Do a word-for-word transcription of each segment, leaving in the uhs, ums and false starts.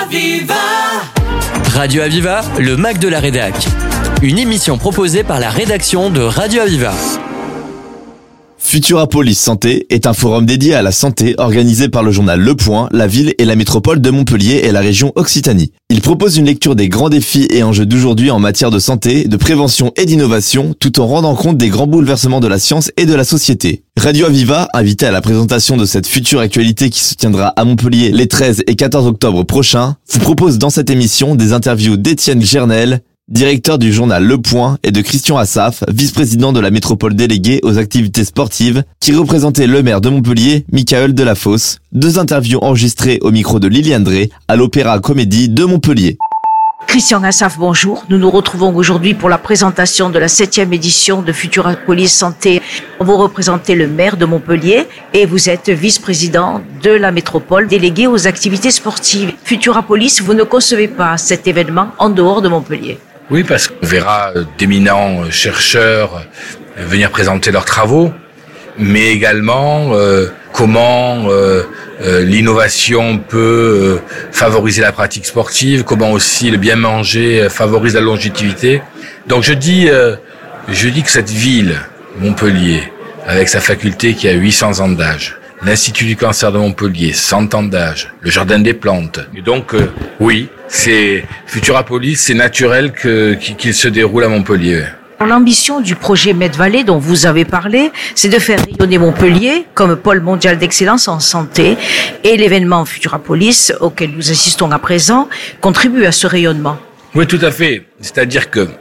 Aviva. Radio Aviva, le Mac de la Rédac. Une émission proposée par la rédaction de Radio Aviva. Futurapolis Santé est un forum dédié à la santé organisé par le journal Le Point, la ville et la métropole de Montpellier et la région Occitanie. Il propose une lecture des grands défis et enjeux d'aujourd'hui en matière de santé, de prévention et d'innovation, tout en rendant compte des grands bouleversements de la science et de la société. Radio Aviva, invité à la présentation de cette future actualité qui se tiendra à Montpellier les treize et quatorze octobre prochains, vous propose dans cette émission des interviews d'Étienne Gernel, directeur du journal Le Point, et de Christian Assaf, vice-président de la métropole déléguée aux activités sportives, qui représentait le maire de Montpellier, Michael Delafosse. Deux interviews enregistrées au micro de Liliane Drey à l'Opéra Comédie de Montpellier. Christian Assaf, bonjour. Nous nous retrouvons aujourd'hui pour la présentation de la septième édition de Futurapolis Santé. Vous représentez le maire de Montpellier et vous êtes vice-président de la métropole délégué aux activités sportives. Futurapolis, vous ne concevez pas cet événement en dehors de Montpellier? Oui, parce qu'on verra d'éminents chercheurs venir présenter leurs travaux, mais également euh, comment euh, euh, l'innovation peut euh, favoriser la pratique sportive, comment aussi le bien manger euh, favorise la longévité. Donc je dis, euh, je dis que cette ville, Montpellier, avec sa faculté qui a huit cents ans d'âge, l'Institut du cancer de Montpellier, cent ans d'âge, le Jardin des plantes. Et donc, euh, oui, c'est Futurapolis, c'est naturel que, qu'il se déroule à Montpellier. L'ambition du projet Medvalley dont vous avez parlé, c'est de faire rayonner Montpellier comme pôle mondial d'excellence en santé. Et l'événement Futurapolis, auquel nous assistons à présent, contribue à ce rayonnement. Oui, tout à fait. C'est-à-dire que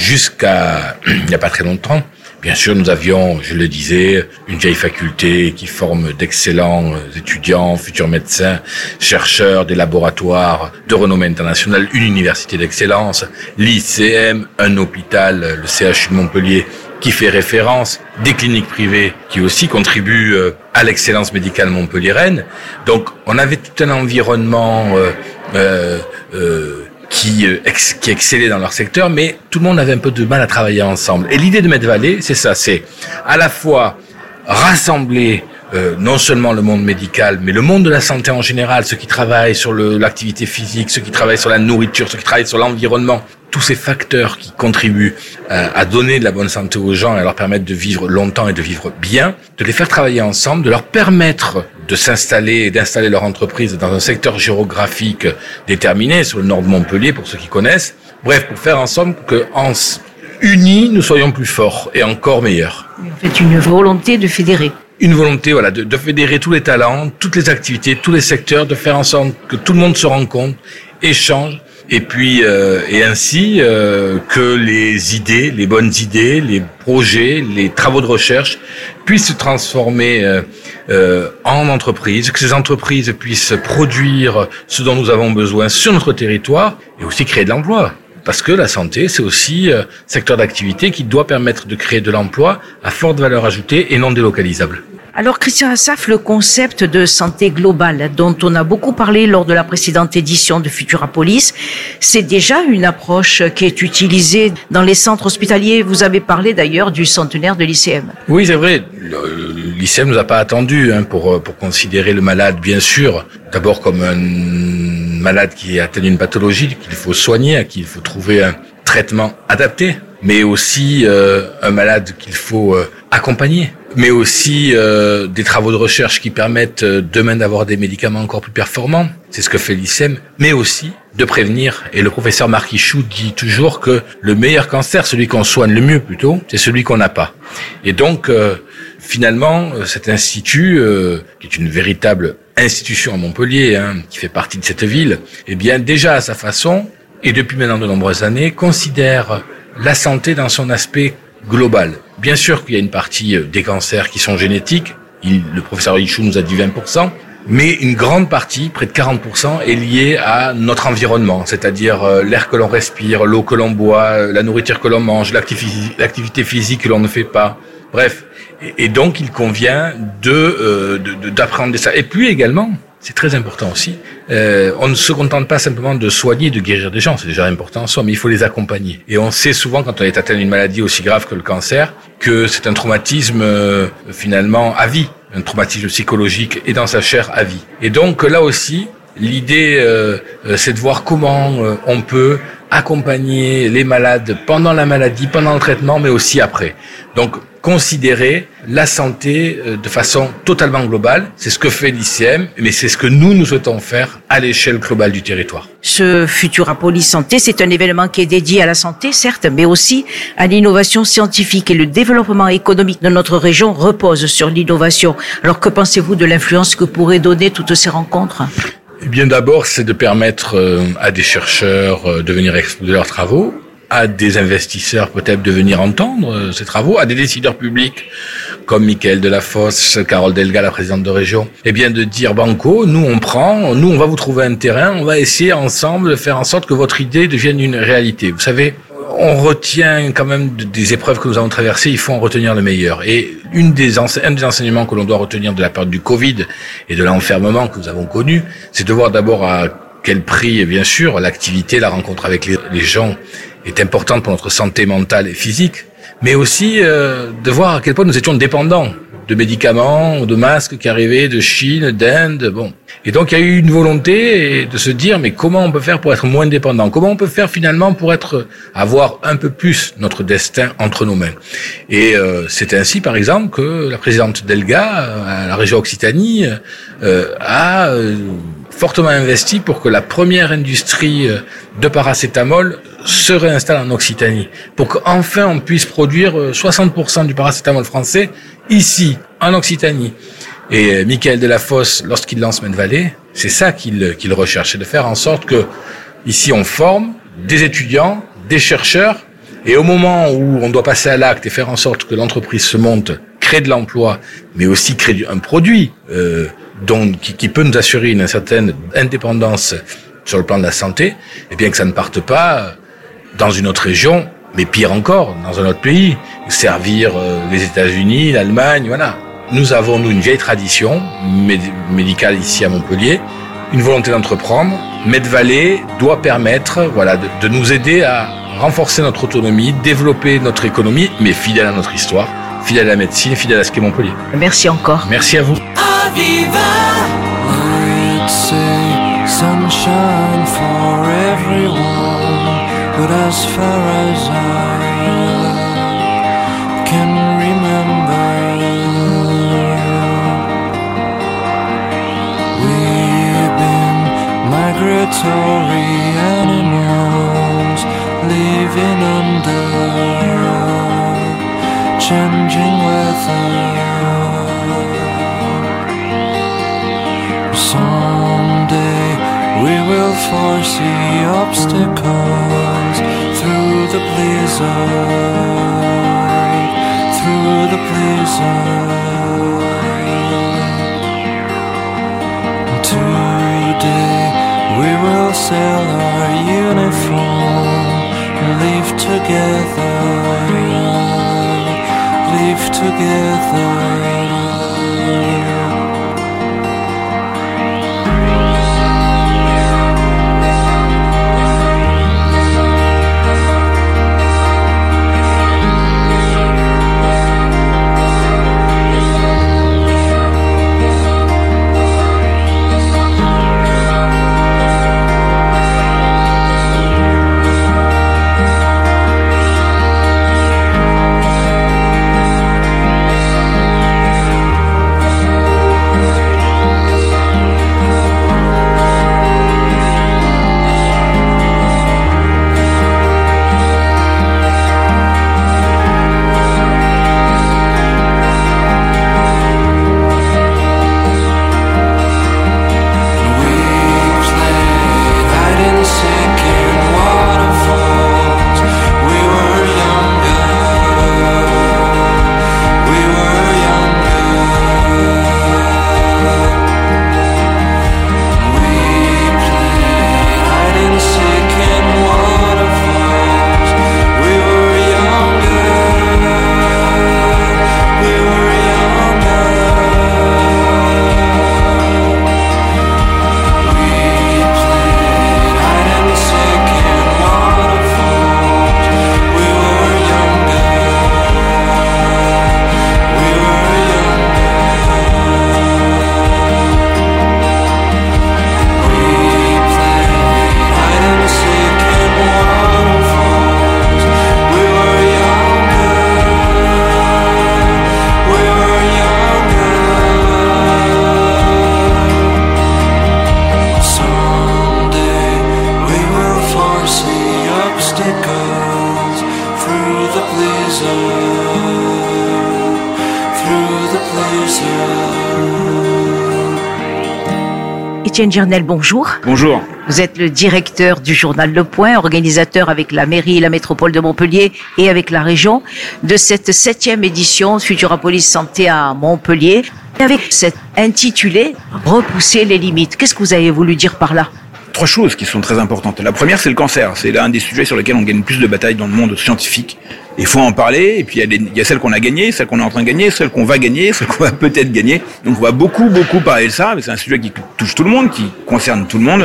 jusqu'à il n'y a pas très longtemps, bien sûr, nous avions, je le disais, une vieille faculté qui forme d'excellents étudiants, futurs médecins, chercheurs, des laboratoires de renommée internationale, une université d'excellence, l'I C M, un hôpital, le C H U de Montpellier, qui fait référence, des cliniques privées qui aussi contribuent à l'excellence médicale montpelliéraine. Donc, on avait tout un environnement euh, euh, euh, qui, ex, qui excellaient dans leur secteur, mais tout le monde avait un peu de mal à travailler ensemble. Et l'idée de Medvalley, c'est ça, c'est à la fois rassembler euh, non seulement le monde médical, mais le monde de la santé en général, ceux qui travaillent sur le, l'activité physique, ceux qui travaillent sur la nourriture, ceux qui travaillent sur l'environnement, tous ces facteurs qui contribuent euh, à donner de la bonne santé aux gens et à leur permettre de vivre longtemps et de vivre bien, de les faire travailler ensemble, de leur permettre de s'installer et d'installer leur entreprise dans un secteur géographique déterminé, sur le nord de Montpellier, pour ceux qui connaissent. Bref, pour faire ensemble que, en unis, nous soyons plus forts et encore meilleurs. En fait, une volonté de fédérer. Une volonté, voilà, de, de fédérer tous les talents, toutes les activités, tous les secteurs, de faire en sorte que tout le monde se rencontre, échange, et puis euh, et ainsi euh, que les idées, les bonnes idées, les projets, les travaux de recherche puissent se transformer euh, euh, en entreprises, que ces entreprises puissent produire ce dont nous avons besoin sur notre territoire et aussi créer de l'emploi. Parce que la santé, c'est aussi un euh, secteur d'activité qui doit permettre de créer de l'emploi à forte valeur ajoutée et non délocalisable. Alors Christian Assaf, le concept de santé globale dont on a beaucoup parlé lors de la précédente édition de Futurapolis, c'est déjà une approche qui est utilisée dans les centres hospitaliers. Vous avez parlé d'ailleurs du centenaire de l'I C M. Oui, c'est vrai. L'I C M nous a pas attendu hein, pour pour considérer le malade, bien sûr, d'abord comme un malade qui atteint d'une pathologie qu'il faut soigner, à qui il faut trouver un traitement adapté, mais aussi euh, un malade qu'il faut euh, accompagner, mais aussi euh, des travaux de recherche qui permettent euh, demain d'avoir des médicaments encore plus performants. C'est ce que fait l'I C M, mais aussi de prévenir. Et le professeur Marquichou dit toujours que le meilleur cancer, celui qu'on soigne le mieux plutôt, c'est celui qu'on n'a pas. Et donc, euh, finalement, cet institut, euh, qui est une véritable institution à Montpellier, hein, qui fait partie de cette ville, eh bien déjà à sa façon, et depuis maintenant de nombreuses années, considère la santé dans son aspect global. Bien sûr qu'il y a une partie des cancers qui sont génétiques, il, le professeur Ichou nous a dit vingt pour cent, mais une grande partie, près de quarante pour cent, est liée à notre environnement, c'est-à-dire euh, l'air que l'on respire, l'eau que l'on boit, la nourriture que l'on mange, l'activi- l'activité physique que l'on ne fait pas. Bref, et, et donc il convient de, euh, de, de d'apprendre ça. Et puis également, c'est très important aussi, euh, on ne se contente pas simplement de soigner, de guérir des gens, c'est déjà important en soi, mais il faut les accompagner. Et on sait souvent, quand on est atteint d'une maladie aussi grave que le cancer, que c'est un traumatisme euh, finalement à vie, un traumatisme psychologique et dans sa chair à vie. Et donc là aussi, L'idée, euh, c'est de voir comment euh, on peut accompagner les malades pendant la maladie, pendant le traitement, mais aussi après. Donc, considérer la santé euh, de façon totalement globale. C'est ce que fait l'I C M, mais c'est ce que nous, nous souhaitons faire à l'échelle globale du territoire. Ce Futurapolis Santé, c'est un événement qui est dédié à la santé, certes, mais aussi à l'innovation scientifique, et le développement économique de notre région repose sur l'innovation. Alors, que pensez-vous de l'influence que pourraient donner toutes ces rencontres ? Eh bien, d'abord, c'est de permettre euh, à des chercheurs euh, de venir exposer leurs travaux, à des investisseurs peut-être de venir entendre euh, ces travaux, à des décideurs publics comme Mickaël Delafosse, Carole Delga, la présidente de région, eh bien de dire banco, nous on prend, nous on va vous trouver un terrain, on va essayer ensemble de faire en sorte que votre idée devienne une réalité. Vous savez, on retient quand même des épreuves que nous avons traversées, il faut en retenir le meilleur. Et une des ense- un des enseignements que l'on doit retenir de la période du Covid et de l'enfermement que nous avons connu, c'est de voir d'abord à quel prix, bien sûr, l'activité, la rencontre avec les, les gens est importante pour notre santé mentale et physique, mais aussi euh, de voir à quel point nous étions dépendants de médicaments, ou de masques qui arrivaient de Chine, d'Inde, bon. Et donc il y a eu une volonté de se dire mais comment on peut faire pour être moins dépendant ? Comment on peut faire finalement pour être avoir un peu plus notre destin entre nos mains ? Et euh, c'est ainsi par exemple que la présidente Delga à la région Occitanie euh, a euh, fortement investi pour que la première industrie de paracétamol se réinstalle en Occitanie, pour qu'enfin on puisse produire soixante pour cent du paracétamol français ici, en Occitanie. Et Mickaël Delafosse, lorsqu'il lance Medvalet, c'est ça qu'il, qu'il recherche, c'est de faire en sorte que ici on forme des étudiants, des chercheurs, et au moment où on doit passer à l'acte et faire en sorte que l'entreprise se monte, crée de l'emploi, mais aussi crée un produit euh, dont, qui, qui peut nous assurer une certaine indépendance sur le plan de la santé, et bien que ça ne parte pas dans une autre région, mais pire encore, dans un autre pays, servir euh, les États-Unis, l'Allemagne, voilà. Nous avons, nous, une vieille tradition méd- médicale ici à Montpellier, une volonté d'entreprendre. Medvalet doit permettre, voilà, de, de nous aider à renforcer notre autonomie, développer notre économie, mais fidèle à notre histoire, fidèle à la médecine, fidèle à ce qu'est Montpellier. Merci encore. Merci à vous. Sunshine for everyone, but as far as I can remember, we've been migratory animals living under changing weather. Someday we will foresee obstacles through the blizzard, through the blizzard. Today we will sell our uniform, live together, live together. blizzard, through the blizzard. Étienne Girnel, bonjour. Bonjour. Vous êtes le directeur du journal Le Point, organisateur avec la mairie et la métropole de Montpellier et avec la région de cette septième édition de Futurapolis Santé à Montpellier. Avec cette intitulé « Repousser les limites ». Qu'est-ce que vous avez voulu dire par là ? Trois choses qui sont très importantes. La première, c'est le cancer. C'est l'un des sujets sur lesquels on gagne plus de batailles dans le monde scientifique. Il faut en parler. Et puis, il y a, des, il y a celles qu'on a gagnées, celles qu'on est en train de gagner, celles qu'on va gagner, celles qu'on va peut-être gagner. Donc, on va beaucoup, beaucoup parler de ça. Mais c'est un sujet qui touche tout le monde, qui concerne tout le monde.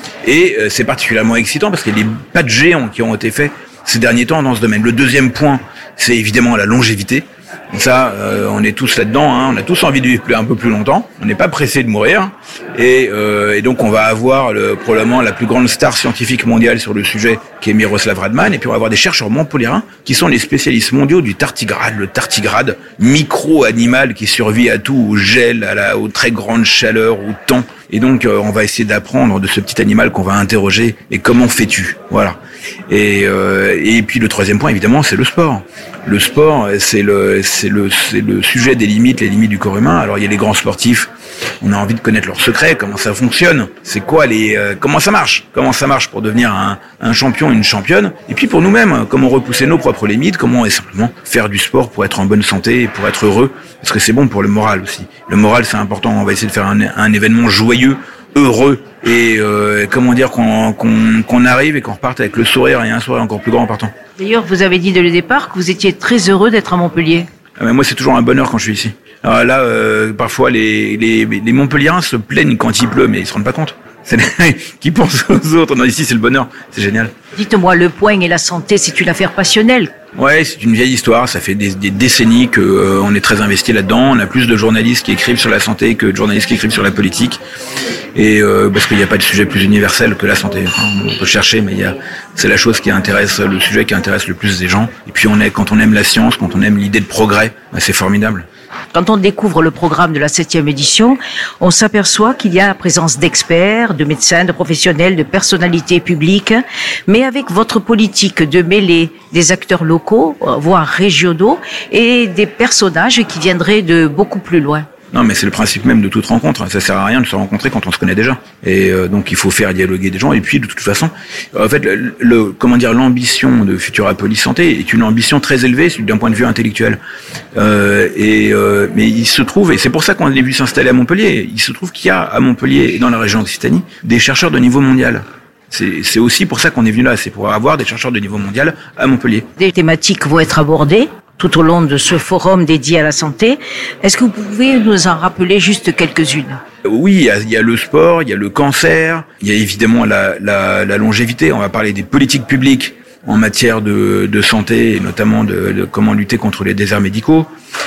Et euh, c'est particulièrement excitant parce qu'il y a des pas de géants qui ont été faits ces derniers temps dans ce domaine. Le deuxième point, c'est évidemment la longévité. Donc ça, euh, on est tous là-dedans, hein. On a tous envie de vivre un peu plus longtemps. On n'est pas pressé de mourir. Et, euh, et donc, on va avoir le, probablement la plus grande star scientifique mondiale sur le sujet, qui est Miroslav Radman. Et puis, on va avoir des chercheurs montpelliérains qui sont les spécialistes mondiaux du tardigrade. Le tardigrade, micro-animal qui survit à tout, au gel, à la, aux très grandes chaleurs, au temps. Et donc, euh, on va essayer d'apprendre de ce petit animal qu'on va interroger. Et comment fais-tu ? Voilà. Et, euh, et puis, le troisième point, évidemment, c'est le sport. Le sport, c'est le, c'est le, c'est le sujet des limites, les limites du corps humain. Alors, il y a les grands sportifs. On a envie de connaître leurs secrets, comment ça fonctionne, c'est quoi les, euh, comment ça marche, comment ça marche pour devenir un, un champion, une championne. Et puis pour nous-mêmes, comment repousser nos propres limites, comment et simplement faire du sport pour être en bonne santé et pour être heureux, parce que c'est bon pour le moral aussi. Le moral, c'est important. On va essayer de faire un, un événement joyeux, heureux et euh, comment dire qu'on, qu'on, qu'on arrive et qu'on reparte avec le sourire et un sourire encore plus grand en partant. D'ailleurs, vous avez dit dès le départ que vous étiez très heureux d'être à Montpellier. Ah ben moi, c'est toujours un bonheur quand je suis ici. Alors là, euh, parfois, les, les, les Montpelliérains se plaignent quand il pleut, mais ils se rendent pas compte. C'est les, qui pensent aux autres. Non, ici, c'est le bonheur. C'est génial. Dites-moi, le point et la santé, c'est une affaire passionnelle. Ouais, c'est une vieille histoire. Ça fait des, des décennies que euh, on est très investi là-dedans. On a plus de journalistes qui écrivent sur la santé que de journalistes qui écrivent sur la politique. Et euh, parce qu'il n'y a pas de sujet plus universel que la santé. Enfin, on peut chercher, mais il y a, c'est la chose qui intéresse, le sujet qui intéresse le plus des gens. Et puis on est, quand on aime la science, quand on aime l'idée de progrès, ben c'est formidable. Quand on découvre le programme de la septième édition, on s'aperçoit qu'il y a la présence d'experts, de médecins, de professionnels, de personnalités publiques, mais avec votre politique de mêler des acteurs locaux, voire régionaux, et des personnages qui viendraient de beaucoup plus loin. Non, mais c'est le principe même de toute rencontre. Ça sert à rien de se rencontrer quand on se connaît déjà. Et euh, donc il faut faire dialoguer des gens. Et puis de toute façon, en fait, le, le comment dire, l'ambition de Futurapolis Santé est une ambition très élevée d'un point de vue intellectuel. Euh, et euh, mais il se trouve, et c'est pour ça qu'on est venu s'installer à Montpellier. Il se trouve qu'il y a à Montpellier et dans la région Occitanie des chercheurs de niveau mondial. C'est, c'est aussi pour ça qu'on est venu là. C'est pour avoir des chercheurs de niveau mondial à Montpellier. Des thématiques vont être abordées tout au long de ce forum dédié à la santé. Est-ce que vous pouvez nous en rappeler juste quelques-unes ? Oui, il y a, il y a le sport, il y a le cancer, il y a évidemment la, la, la longévité. On va parler des politiques publiques en matière de, de santé, et notamment de, de comment lutter contre les déserts médicaux.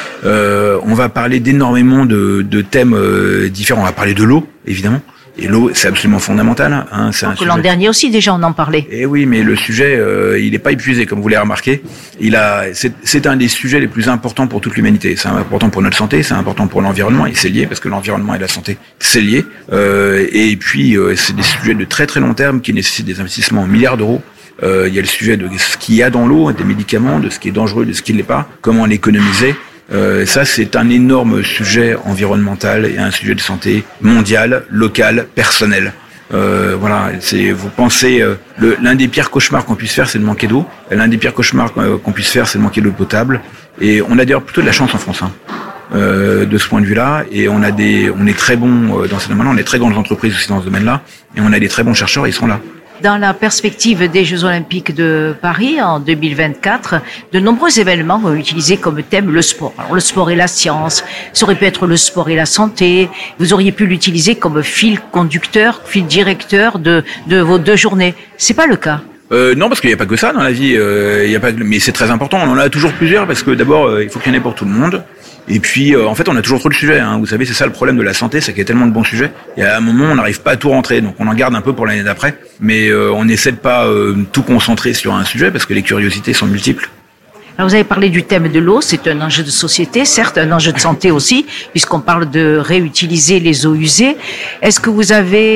Euh, on va parler d'énormément de, de thèmes euh, différents. On va parler de l'eau, évidemment. Et l'eau, c'est absolument fondamental. Hein, c'est un sujet. L'an dernier aussi, déjà, on en parlait. Et oui, mais le sujet, euh, il n'est pas épuisé, comme vous l'avez remarqué. Il a, c'est, c'est un des sujets les plus importants pour toute l'humanité. C'est important pour notre santé, c'est important pour l'environnement, et c'est lié, parce que l'environnement et la santé, c'est lié. Euh, et puis, euh, c'est des sujets de très très long terme qui nécessitent des investissements en milliards d'euros. Euh, il y a le sujet de ce qu'il y a dans l'eau, des médicaments, de ce qui est dangereux, de ce qui ne l'est pas, comment l'économiser. Euh, ça, c'est un énorme sujet environnemental et un sujet de santé mondial, local, personnel. Euh, voilà, c'est, vous pensez, euh, le, l'un des pires cauchemars qu'on puisse faire, c'est de manquer d'eau. L'un des pires cauchemars euh, qu'on puisse faire, c'est de manquer d'eau potable. Et on a d'ailleurs plutôt de la chance en France, hein, euh, de ce point de vue-là. Et on a des, on est très bons euh, dans ce domaine-là. On est très grandes entreprises aussi dans ce domaine-là. Et on a des très bons chercheurs. Ils sont là. Dans la perspective des Jeux Olympiques de Paris en deux mille vingt-quatre, de nombreux événements vont utiliser comme thème le sport. Alors, le sport et la science, ça aurait pu être le sport et la santé. Vous auriez pu l'utiliser comme fil conducteur, fil directeur de, de vos deux journées. C'est pas le cas. Euh, non, parce qu'il n'y a pas que ça dans la vie. Euh, il y a pas, mais c'est très important. On en a toujours plusieurs parce que d'abord, euh, il faut qu'il y en ait pour tout le monde. Et puis, euh, en fait, on a toujours trop de sujets. Hein. Vous savez, c'est ça le problème de la santé, c'est qu'il y a tellement de bons sujets. Et à un moment, on n'arrive pas à tout rentrer, donc on en garde un peu pour l'année d'après. Mais euh, on essaie de pas euh, tout concentrer sur un sujet parce que les curiosités sont multiples. Alors vous avez parlé du thème de l'eau, c'est un enjeu de société, certes un enjeu de santé aussi, puisqu'on parle de réutiliser les eaux usées. Est-ce que vous avez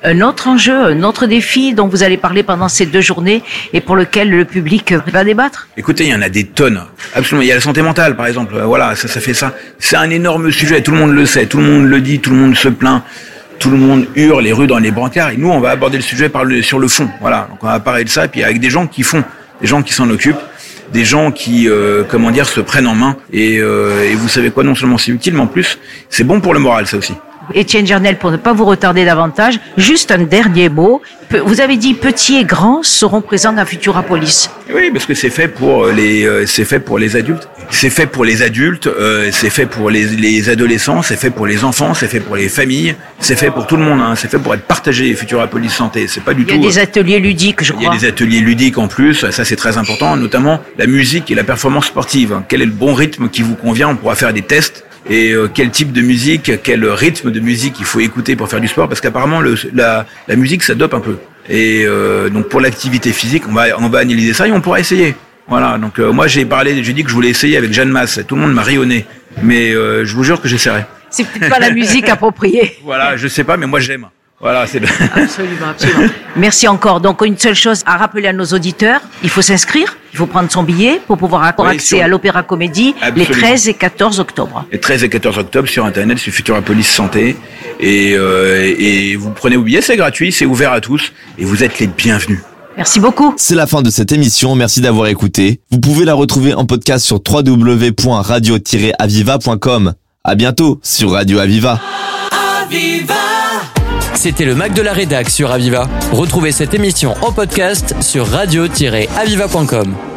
un autre enjeu, un autre défi dont vous allez parler pendant ces deux journées et pour lequel le public va débattre? Écoutez, il y en a des tonnes. Absolument. Il y a la santé mentale, par exemple. Voilà, ça, ça fait ça. C'est un énorme sujet. Tout le monde le sait. Tout le monde le dit. Tout le monde se plaint. Tout le monde hurle les rues dans les brancards. Et nous, on va aborder le sujet par le, sur le fond. Voilà. Donc, on va parler de ça. Et puis, avec des gens qui font, des gens qui s'en occupent, des gens qui, euh, comment dire, se prennent en main. Et, euh, et vous savez quoi? Non seulement c'est utile, mais en plus, c'est bon pour le moral, ça aussi. Étienne Gernel, pour ne pas vous retarder davantage, juste un dernier mot. Vous avez dit petits et grands seront présents dans Futurapolis. Oui, parce que c'est fait pour les, euh, c'est fait pour les adultes. C'est fait pour les adultes, euh, c'est fait pour les, les adolescents, c'est fait pour les enfants, c'est fait pour les familles, c'est fait pour tout le monde. Hein. C'est fait pour être partagé. Futurapolis Santé, c'est pas du tout. Il y a des ateliers ludiques, je crois. Il y a des ateliers ludiques en plus. Ça, c'est très important, notamment la musique et la performance sportive. Quel est le bon rythme qui vous convient? On pourra faire des tests. Et euh, quel type de musique, quel rythme de musique il faut écouter pour faire du sport, parce qu'apparemment le, la, la musique ça dope un peu. Et euh, donc pour l'activité physique, on va on va analyser ça et on pourra essayer. Voilà. Donc euh, moi j'ai parlé, j'ai dit que je voulais essayer avec Jeanne Masse. Tout le monde m'a rayonné, mais euh, je vous jure que j'essaierai. C'est peut-être pas la musique appropriée. Voilà, je sais pas, mais moi j'aime. Voilà, c'est le... Absolument, absolument. Merci encore. Donc, une seule chose à rappeler à nos auditeurs, il faut s'inscrire, il faut prendre son billet pour pouvoir avoir oui, accès sur... à l'Opéra Comédie les treize et quatorze octobre. Les treize et quatorze octobre sur Internet, sur Futurapolis Santé. Et, euh, et vous prenez vos billets, c'est gratuit, c'est ouvert à tous et vous êtes les bienvenus. Merci beaucoup. C'est la fin de cette émission, merci d'avoir écouté. Vous pouvez la retrouver en podcast sur w w w point radio tiret aviva point com. À bientôt sur Radio Aviva. Aviva. C'était le Mac de la Rédac sur Aviva. Retrouvez cette émission en podcast sur radio tiret aviva point com.